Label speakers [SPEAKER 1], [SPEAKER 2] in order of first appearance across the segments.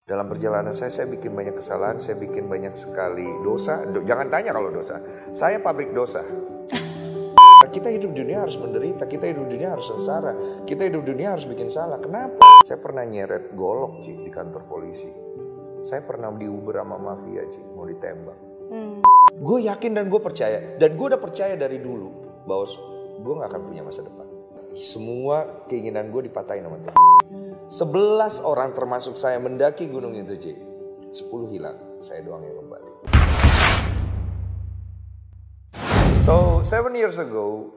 [SPEAKER 1] Dalam perjalanan saya bikin banyak kesalahan, saya bikin banyak sekali dosa. Jangan tanya kalau dosa. Saya pabrik dosa. Kita hidup di dunia harus menderita, kita hidup di dunia harus sengsara, kita hidup di dunia harus bikin salah. Kenapa? Saya pernah nyeret golok, Ci, di kantor polisi. Saya pernah diuber sama mafia, Ci, mau ditembak. Gue yakin dan gue percaya, dan gue udah percaya dari dulu bahwa gue gak akan punya masa depan. Semua keinginan gue dipatahin sama Tuhan. 11 orang termasuk saya mendaki gunung itu, Ci. 10 hilang, saya doang yang kembali. So 7 years ago,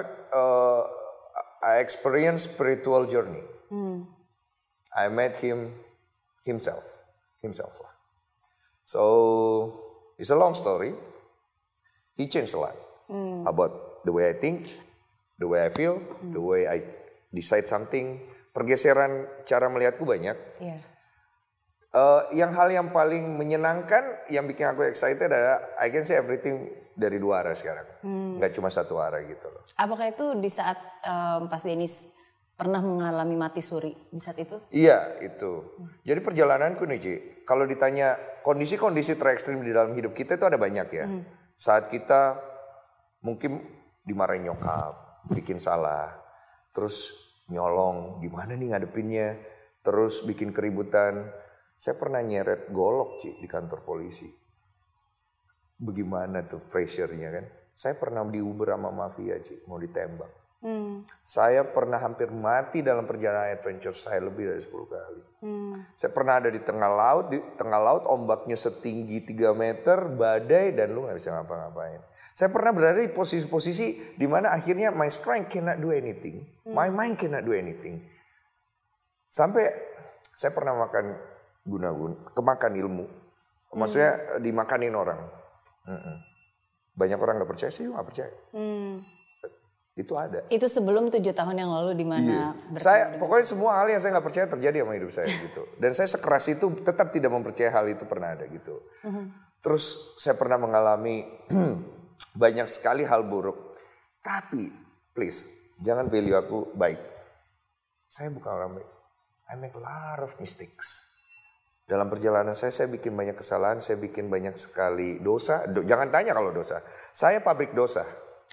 [SPEAKER 1] I experienced spiritual journey. I met himself lah. So it's a long story. He changed a lot about the way I think, the way I feel, the way I decide something. Pergeseran cara melihatku banyak. Yeah. Hal yang paling menyenangkan, yang bikin aku excited adalah I can see everything dari dua arah sekarang. Nggak cuma satu arah gitu loh. Apakah itu di saat Pas Dennis pernah mengalami mati suri di saat itu? Iya, itu. Jadi perjalananku nih, Ci, kalau ditanya kondisi-kondisi terekstrim di dalam hidup kita itu ada banyak ya. Saat kita mungkin dimarahin nyokap, bikin salah, terus nyolong, gimana nih ngadepinnya, terus bikin keributan. Saya pernah nyeret golok, Ci, di kantor polisi. Bagaimana tuh pressure-nya kan. Saya pernah diuber sama mafia, Ci, mau ditembak. Saya pernah hampir mati dalam perjalanan adventure saya lebih dari 10 kali. Saya pernah ada di tengah laut ombaknya setinggi 3 meter, badai, dan lu gak bisa ngapa-ngapain. Saya pernah berada di posisi-posisi di mana akhirnya my strength cannot do anything. My mind cannot do anything. Sampai saya pernah makan kemakan ilmu. Maksudnya dimakanin orang. Banyak orang gak percaya, sih gak percaya. Itu ada. Itu sebelum 7 tahun yang lalu di mana pokoknya semua hal yang saya nggak percaya terjadi sama hidup saya gitu. Dan saya sekeras itu tetap tidak mempercayai hal itu pernah ada gitu. Terus saya pernah mengalami banyak sekali hal buruk. Tapi please jangan value aku baik. Saya bukan orang baik. I make a lot of mistakes. Dalam perjalanan saya bikin banyak kesalahan, saya bikin banyak sekali dosa. Jangan tanya kalau dosa. Saya pabrik dosa.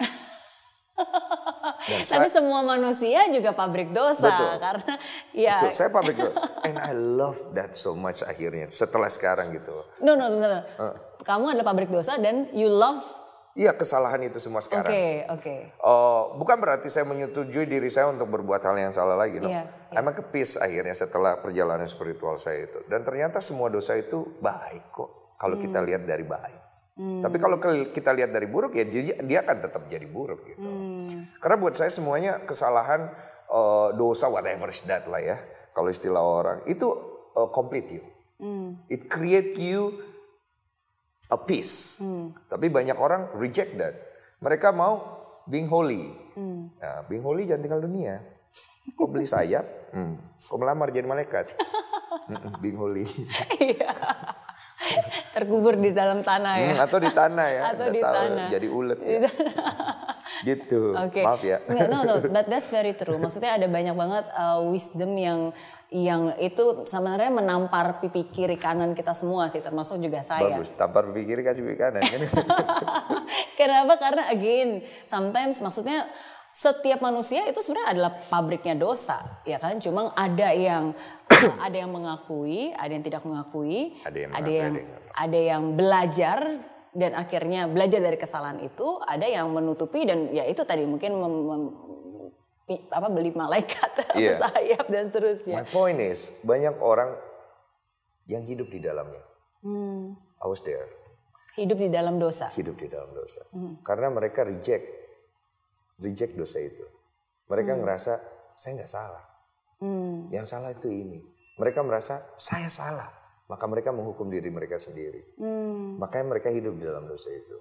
[SPEAKER 1] Tapi semua manusia juga pabrik dosa. Betul. Karena ya. Betul, saya pabrik dosa. And I love that so much akhirnya. Setelah sekarang gitu. No. Kamu adalah pabrik dosa dan you love. Iya, kesalahan itu semua sekarang. Oke. Bukan berarti saya menyetujui diri saya untuk berbuat hal yang salah lagi. No? Yeah. Emang kepis akhirnya setelah perjalanan spiritual saya itu. Dan ternyata semua dosa itu baik kok. Kalau kita lihat dari baik. Tapi kalau kita lihat dari buruk ya dia akan tetap jadi buruk gitu. Karena buat saya semuanya kesalahan, dosa, whatever is that lah ya. Kalau istilah orang itu complete you. It create you a peace. Tapi banyak orang reject that. Mereka mau being holy. Nah, being holy jangan tinggal dunia. Kok beli sayap? Kok melamar jadi malaikat? Being holy. Terkubur di dalam tanah ya. Atau di tanah ya. Atau di tanah. Jadi ulet ya. Gitu. Maaf ya. No, but that's very true. Maksudnya ada banyak banget wisdom yang itu sebenarnya menampar pipi kiri kanan kita semua sih, termasuk juga saya. Bagus, tampar pipi kiri kasih pipi kanan. Kenapa? Karena again, sometimes maksudnya setiap manusia itu sebenarnya adalah pabriknya dosa, ya kan? Cuma ada yang mengakui, ada yang tidak mengakui, ada yang belajar dan akhirnya belajar dari kesalahan itu, ada yang menutupi dan ya itu tadi mungkin beli malaikat, sayap dan seterusnya. My point is banyak orang yang hidup di dalamnya. I was there. Hidup di dalam dosa. Karena mereka reject dosa itu. Mereka ngerasa saya nggak salah. Yang salah itu ini. Mereka merasa saya salah. Maka mereka menghukum diri mereka sendiri. Makanya mereka hidup di dalam dosa itu.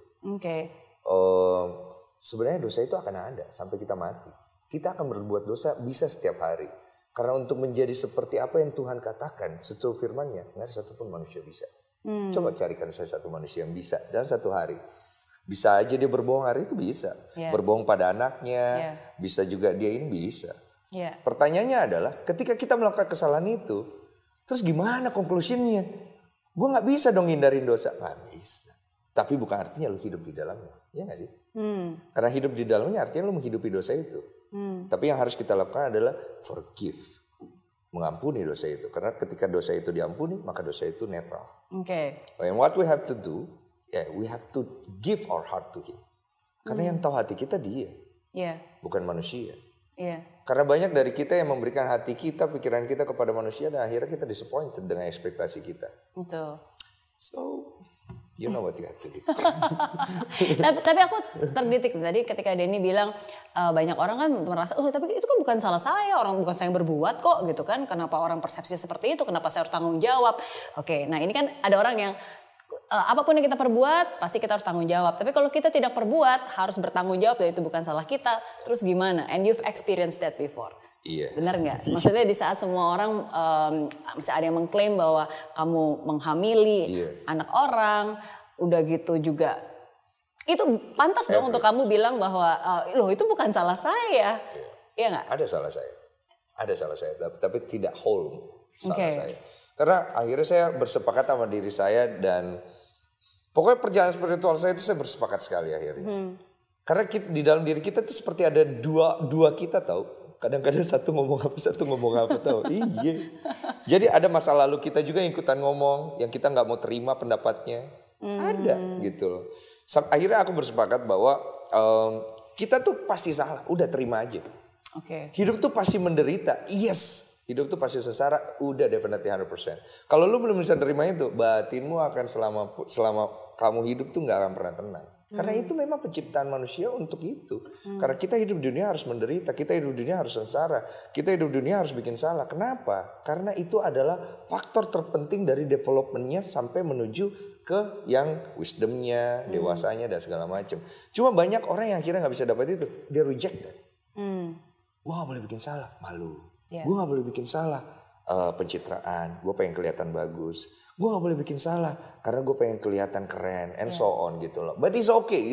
[SPEAKER 1] Sebenarnya dosa itu akan ada sampai kita mati. Kita akan berbuat dosa bisa setiap hari. Karena untuk menjadi seperti apa yang Tuhan katakan seturut firman-Nya, nggak ada satupun manusia bisa. Coba carikan saya satu manusia yang bisa dalam satu hari. Bisa aja dia berbohong hari itu bisa. Berbohong pada anaknya, bisa juga dia ini bisa. Pertanyaannya adalah ketika kita melakukan kesalahan itu, Terus gimana conclusionnya? Gue gak bisa dong hindarin dosa. Gak bisa. Tapi bukan artinya lu hidup di dalamnya. Iya gak sih? Karena hidup di dalamnya artinya lu menghidupi dosa itu. Tapi yang harus kita lakukan adalah forgive. Mengampuni dosa itu. Karena ketika dosa itu diampuni, maka dosa itu netral. And what we have to do, we have to give our heart to him. Karena yang tahu hati kita dia. Bukan manusia. Karena banyak dari kita yang memberikan hati kita, pikiran kita kepada manusia, dan akhirnya kita disappointed dengan ekspektasi kita.
[SPEAKER 2] Betul.
[SPEAKER 1] So, you know what you have to do.
[SPEAKER 2] Tapi aku terdidik tadi ketika Denny bilang banyak orang kan merasa, tapi itu kan bukan salah saya, bukan saya yang berbuat kok gitu kan. Kenapa orang persepsi seperti itu? Kenapa saya harus tanggung jawab? Oke, nah ini kan ada orang yang apapun yang kita perbuat pasti kita harus tanggung jawab. Tapi kalau kita tidak perbuat harus bertanggung jawab dan itu bukan salah kita. Terus gimana? And you've experienced that before.
[SPEAKER 1] Iya.
[SPEAKER 2] Benar nggak? Maksudnya di saat semua orang misalnya ada yang mengklaim bahwa kamu menghamili anak orang, udah gitu juga itu pantas dong untuk kamu bilang bahwa loh itu bukan salah saya. Iya nggak?
[SPEAKER 1] Ada salah saya, tapi tidak whole salah saya. Karena akhirnya saya bersepakat sama diri saya dan pokoknya perjalanan spiritual saya itu saya bersepakat sekali akhirnya. Karena di dalam diri kita tuh seperti ada dua kita tahu. Kadang-kadang satu ngomong apa tahu. Iya. Jadi ada masa lalu kita juga yang ikutan ngomong, yang kita nggak mau terima pendapatnya. Ada gitu loh. Akhirnya aku bersepakat bahwa kita tuh pasti salah, udah terima aja. Hidup tuh pasti menderita, yes. Hidup tuh pasti sengsara, udah definitely 100%. Kalau lu belum bisa terima itu, batinmu akan selama kamu hidup tuh nggak akan pernah tenang. Karena itu memang penciptaan manusia untuk itu. Karena kita hidup di dunia harus menderita, kita hidup di dunia harus sengsara, kita hidup di dunia harus bikin salah. Kenapa? Karena itu adalah faktor terpenting dari developmentnya sampai menuju ke yang wisdomnya, dewasanya dan segala macam. Cuma banyak orang yang akhirnya nggak bisa dapat itu, dia reject that. Gue nggak boleh bikin salah, malu. Gue gak boleh bikin salah pencitraan, gue pengen kelihatan bagus. Gue gak boleh bikin salah karena gue pengen kelihatan keren and so on gitu loh. But it's okay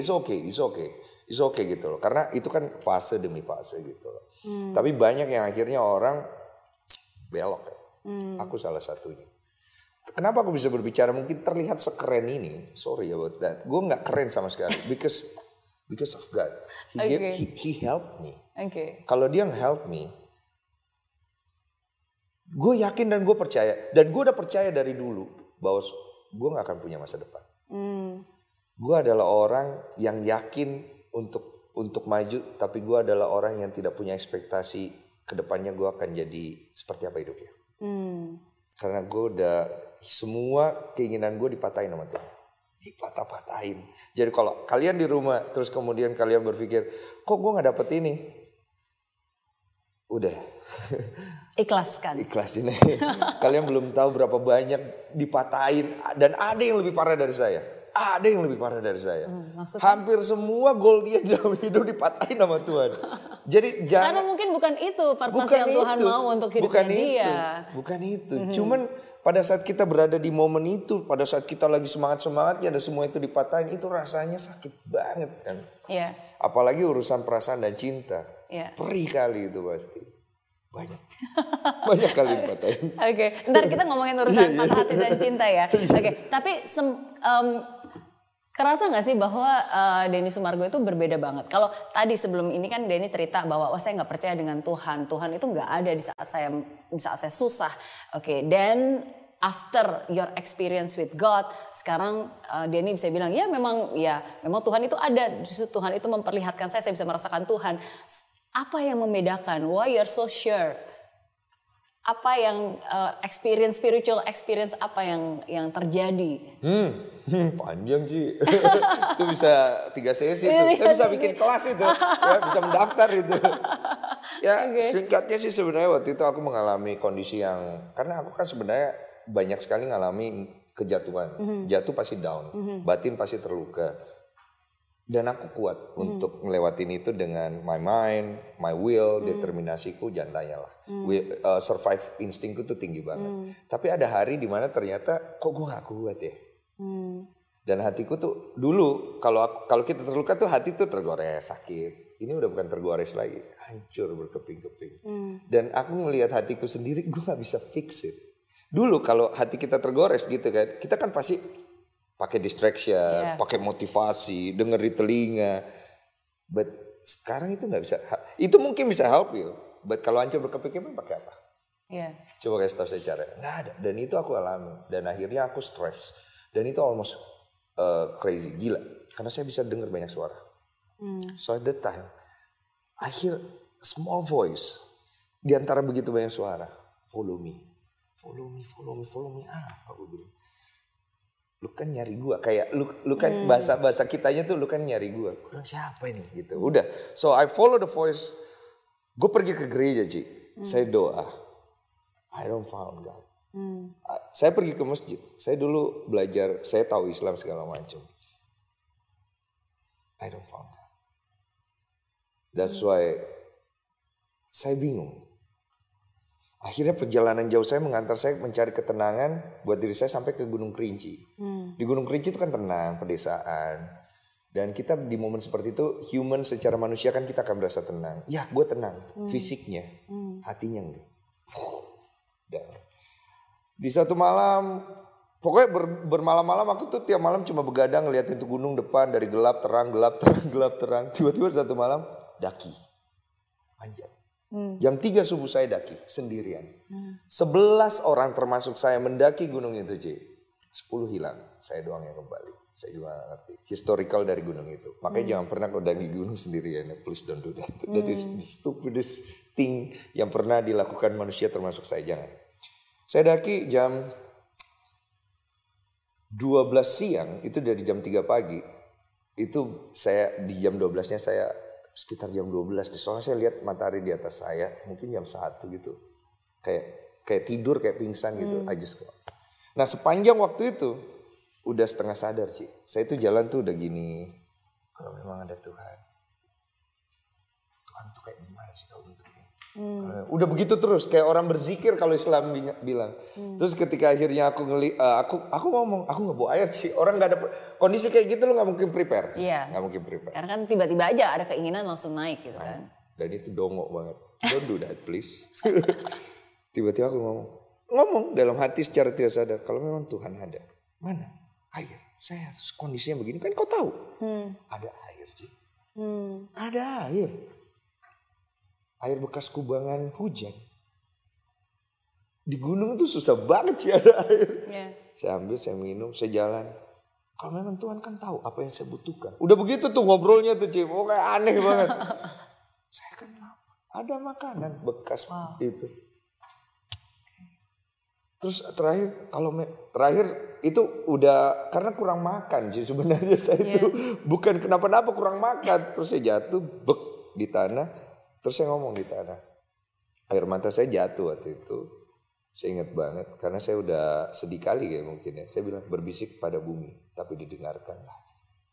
[SPEAKER 1] gitu loh. Karena itu kan fase demi fase gitu loh. Tapi banyak yang akhirnya orang belok ya. Aku salah satunya. Kenapa aku bisa berbicara mungkin terlihat sekeren ini? Sorry about that. Gue gak keren sama sekali because of God. He helped me. Kalau dia help me, gue yakin dan gue percaya. Dan gue udah percaya dari dulu bahwa gue gak akan punya masa depan. Gue adalah orang yang yakin untuk maju. Tapi gue adalah orang yang tidak punya ekspektasi kedepannya gue akan jadi seperti apa hidupnya. Karena gue udah semua keinginan gue dipatahin sama Tuhan. Dipatah-patahin. Jadi kalau kalian di rumah terus kemudian kalian berpikir, kok gue gak dapet ini? Udah.
[SPEAKER 2] Ikhlaskan.
[SPEAKER 1] Ikhlasin. Kalian belum tahu berapa banyak dipatahin dan ada yang lebih parah dari saya. Hampir semua goal dia dalam hidup dipatahin sama Tuhan. Jadi
[SPEAKER 2] karena mungkin bukan itu purpose yang Tuhan mau untuk hidupnya dia.
[SPEAKER 1] Bukan itu. Cuman pada saat kita berada di momen itu, pada saat kita lagi semangat-semangatnya dan semua itu dipatahin, itu rasanya sakit banget kan. Apalagi urusan perasaan dan cinta. Perih kali itu pasti. Banyak kali dipatahin.
[SPEAKER 2] Ntar kita ngomongin urusan patah hati dan cinta ya. Tapi kerasa gak sih bahwa Denny Sumargo itu berbeda banget? Kalau tadi sebelum ini kan Denny cerita bahwa saya gak percaya dengan Tuhan. Tuhan itu gak ada di saat saya susah. Dan after your experience with God, sekarang Denny bisa bilang memang Tuhan itu ada. Justru Tuhan itu memperlihatkan saya bisa merasakan Tuhan. Apa yang membedakan? Why you're so sure? Apa yang spiritual experience apa yang terjadi?
[SPEAKER 1] Panjang sih. Itu bisa 3 sesi itu. Saya bisa bikin kelas itu. Bisa mendaftar itu. Singkatnya sih sebenarnya waktu itu aku mengalami kondisi yang, karena aku kan sebenarnya banyak sekali ngalami kejatuhan. Jatuh pasti down. Batin pasti terluka. Dan aku kuat untuk ngelewatin itu dengan my mind, my will, determinasiku, jangan tanya lah. Survive instingku tuh tinggi banget. Tapi ada hari dimana ternyata kok gue gak kuat ya. Dan hatiku tuh dulu kalau kita terluka tuh hati tuh tergores, sakit. Ini udah bukan tergores lagi, hancur berkeping-keping. Dan aku ngelihat hatiku sendiri, gue gak bisa fix it. Dulu kalau hati kita tergores gitu kan, kita kan pasti pakai distraction, pakai motivasi, denger di telinga. But sekarang itu nggak bisa. Itu mungkin bisa help you. But kalau hancur berkeping-keping pakai apa? Coba kasih tau saya cara. Nggak ada. Dan itu aku alami. Dan akhirnya aku stres. Dan itu almost crazy, gila. Karena saya bisa dengar banyak suara. So at that time, I hear a small voice. Di antara begitu banyak suara. Follow me. Follow me. Aku bilang. Lu kan nyari gua. Kayak lu kan bahasa kitanya tuh lu kan nyari gua. Gua bilang siapa ini gitu. Udah. So I follow the voice. Gue pergi ke gereja, Ci. Saya doa. I don't found God. Saya pergi ke masjid. Saya dulu belajar. Saya tahu Islam segala macam. I don't found God. That's why saya bingung. Akhirnya perjalanan jauh saya mengantar saya mencari ketenangan buat diri saya sampai ke Gunung Kerinci. Di Gunung Kerinci itu kan tenang, pedesaan. Dan kita di momen seperti itu, human secara manusia kan kita akan berasa tenang. Ya gue tenang, fisiknya, hatinya enggak. Di satu malam, pokoknya bermalam-malam aku tuh tiap malam cuma begadang ngeliatin tuh gunung depan dari gelap terang. Tiba-tiba satu malam daki, panjat. Jam 3 subuh saya daki sendirian. 11 orang termasuk saya mendaki gunung itu, C. 10 hilang, saya doang yang kembali. Saya juga gak ngerti historical dari gunung itu. Makanya jangan pernah kau daki gunung sendirian. Please don't do that. That is the stupidest thing yang pernah dilakukan manusia termasuk saya. Jangan. Saya daki jam 12 siang. Itu dari jam 3 pagi. Itu saya di jam 12-nya saya sekitar jam 12. Soalnya saya lihat matahari di atas saya. Mungkin jam 1 gitu. Kayak tidur, kayak pingsan gitu. I just go. Nah sepanjang waktu itu udah setengah sadar, Ci. Saya tuh jalan tuh udah gini. Kalau memang ada Tuhan. Tuhan tuh kayak gimana sih kau bentuknya? Udah begitu terus. Kayak orang berzikir kalau Islam bilang. Terus ketika akhirnya aku ngomong. Aku gak bawa air, Ci. Orang gak ada kondisi kayak gitu lo gak mungkin prepare.
[SPEAKER 2] Iya.
[SPEAKER 1] Gak mungkin prepare.
[SPEAKER 2] Karena kan tiba-tiba aja ada keinginan langsung naik gitu kan.
[SPEAKER 1] Dan itu dongok banget. Don't do that please. Tiba-tiba aku ngomong dalam hati secara tidak sadar. Kalau memang Tuhan ada. Mana? Air. Saya kondisinya begini. Kan kau tahu. Ada air, Ci. Ada air. Air bekas kubangan hujan. Di gunung itu susah banget sih ada air. Saya ambil, saya minum, saya jalan. Kalau memang Tuhan kan tahu apa yang saya butuhkan. Udah begitu tuh ngobrolnya tuh, Ci. Oh kayak aneh banget. Saya kan lapar. Ada makanan bekas itu. Terus terakhir itu udah karena kurang makan sih sebenarnya saya itu bukan kenapa-napa kurang makan. Terus saya jatuh di tanah. Terus saya ngomong di tanah. Air mata saya jatuh waktu itu. Saya ingat banget karena saya udah sedih kali kayak mungkin ya. Saya bilang berbisik pada bumi tapi didengarkan lagi.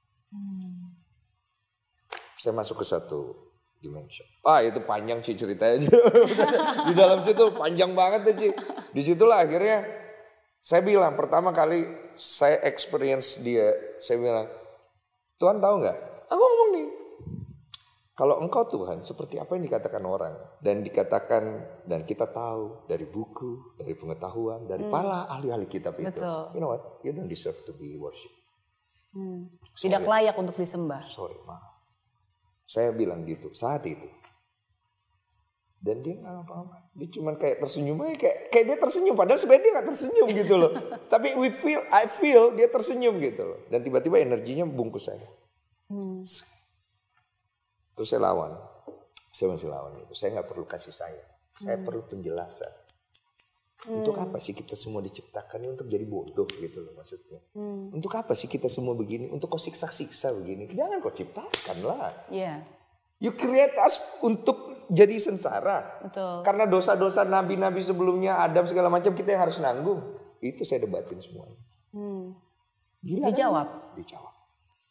[SPEAKER 1] Saya masuk ke satu dimension. Itu panjang Ci ceritanya. Di dalam situ panjang banget tuh Ci. Disitulah akhirnya saya bilang pertama kali saya experience dia. Saya bilang, Tuhan tahu nggak? Aku ngomong nih. Kalau engkau Tuhan seperti apa yang dikatakan orang. Dan dikatakan dan kita tahu dari buku, dari pengetahuan, dari para ahli-ahli kitab itu.
[SPEAKER 2] Betul.
[SPEAKER 1] You know what? You don't deserve to be worshipped.
[SPEAKER 2] Tidak layak untuk disembah.
[SPEAKER 1] Sorry, maaf. Saya bilang gitu saat itu. Dan dia nggak apa-apa. Dia cuma kayak tersenyum aja. Kayak dia tersenyum. Padahal sebenarnya dia nggak tersenyum gitu loh. Tapi I feel dia tersenyum gitu loh. Dan tiba-tiba energinya bungkus saya. Terus saya lawan. Saya masih lawan itu. Saya nggak perlu kasih sayang. Saya perlu penjelasan. Untuk apa sih kita semua diciptakan untuk jadi bodoh gitu loh maksudnya. Untuk apa sih kita semua begini? Untuk kau siksa-siksa begini. Jangan kau ciptakan lah.
[SPEAKER 2] Iya.
[SPEAKER 1] You create us untuk jadi sengsara.
[SPEAKER 2] Betul.
[SPEAKER 1] Karena dosa-dosa nabi-nabi sebelumnya, Adam segala macam kita yang harus nanggung. Itu saya debatin semuanya. Gila
[SPEAKER 2] Dijawab.
[SPEAKER 1] Kan? Dijawab.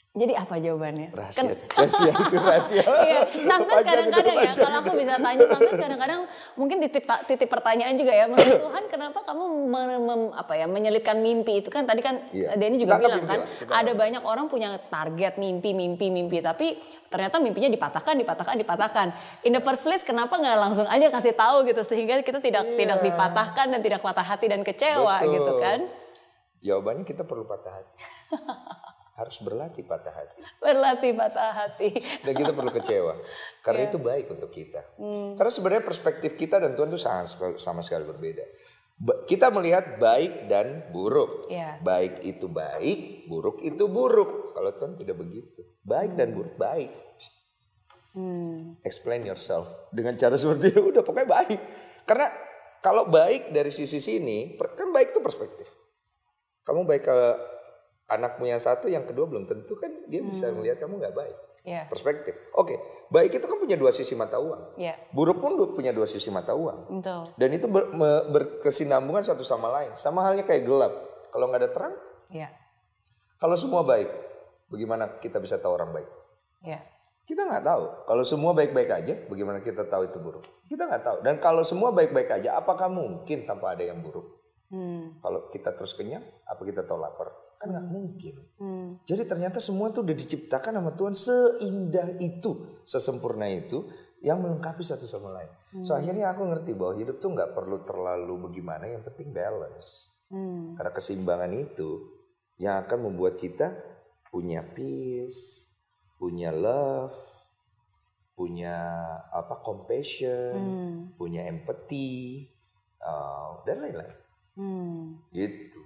[SPEAKER 2] Jadi apa jawabannya?
[SPEAKER 1] Rahasia itu rahasia.
[SPEAKER 2] Iya, sometimes kadang-kadang ya kalau aku bisa tanya, sometimes kadang-kadang mungkin titip pertanyaan juga ya, menurut Tuhan kenapa kamu menyelipkan mimpi itu kan tadi kan Denny juga bilang kan ada banyak orang punya target mimpi tapi ternyata mimpinya dipatahkan. In the first place kenapa nggak langsung aja kasih tahu gitu sehingga kita tidak dipatahkan dan tidak patah hati dan kecewa. Betul. Gitu kan?
[SPEAKER 1] Jawabannya kita perlu patah hati. Harus berlatih patah hati. Dan kita perlu kecewa. Karena itu baik untuk kita. Karena sebenarnya perspektif kita dan Tuhan itu sama sekali berbeda. Kita melihat baik dan buruk. Baik itu baik, buruk itu buruk. Kalau Tuhan tidak begitu. Baik dan buruk baik. Explain yourself. Dengan cara seperti itu udah pokoknya baik. Karena kalau baik dari sisi sini, kan baik itu perspektif. Kamu baik ke anakmu yang satu, yang kedua belum tentu kan dia bisa melihat kamu nggak baik. Perspektif. Oke, baik itu kan punya dua sisi mata uang. Buruk pun punya dua sisi mata uang.
[SPEAKER 2] Betul.
[SPEAKER 1] Dan itu berkesinambungan satu sama lain. Sama halnya kayak gelap. Kalau nggak ada terang. Kalau semua baik, bagaimana kita bisa tahu orang baik? Kita nggak tahu. Kalau semua baik-baik aja, bagaimana kita tahu itu buruk? Kita nggak tahu. Dan kalau semua baik-baik aja, apakah mungkin tanpa ada yang buruk? Kalau kita terus kenyang, apa kita tahu lapar? Kan nggak mungkin. Jadi ternyata semua tuh udah diciptakan sama Tuhan seindah itu, sesempurna itu, yang melengkapi satu sama lain. So akhirnya aku ngerti bahwa hidup tuh nggak perlu terlalu bagaimana, yang penting balance. Karena keseimbangan itu yang akan membuat kita punya peace, punya love, punya compassion, punya empathy, dan lain-lain. Gitu.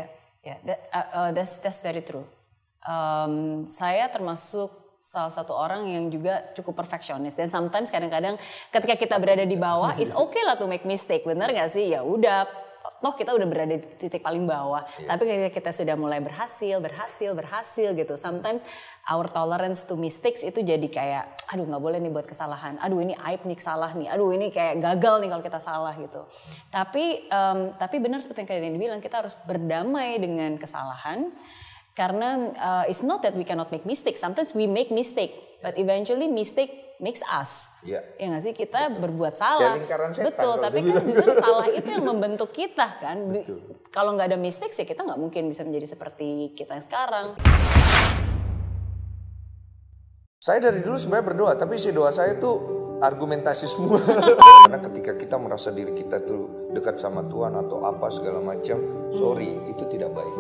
[SPEAKER 2] That's very true. Saya termasuk salah satu orang yang juga cukup perfeksionis dan sometimes kadang-kadang ketika kita berada di bawah is okay lah to make mistake, bener nggak sih? Ya udah, toh kita udah berada di titik paling bawah. Tapi ketika kita sudah mulai berhasil gitu, sometimes our tolerance to mistakes itu jadi kayak, aduh nggak boleh nih buat kesalahan. Aduh ini aib nih, salah nih. Aduh ini kayak gagal nih kalau kita salah gitu. Tapi benar seperti yang kalian bilang, kita harus berdamai dengan kesalahan. Karena it's not that we cannot make mistakes. Sometimes we make mistake, but eventually mistake makes us. Ya nggak sih, kita berbuat salah. Betul, tapi kan justru salah itu yang membentuk kita kan. Kalau nggak ada mistakes ya kita nggak mungkin bisa menjadi seperti kita yang sekarang.
[SPEAKER 1] Saya dari dulu sebenarnya berdoa, tapi isi doa saya tuh argumentasi semua. Karena ketika kita merasa diri kita tuh dekat sama Tuhan atau apa segala macam, sorry, itu tidak baik.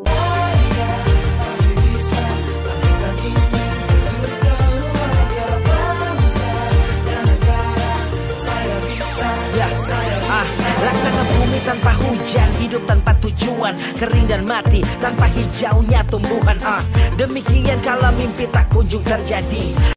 [SPEAKER 3] Rasanya bumi tanpa hujan, hidup tanpa tujuan, kering dan mati tanpa hijaunya tumbuhan. Demikian kalau mimpi tak kunjung terjadi.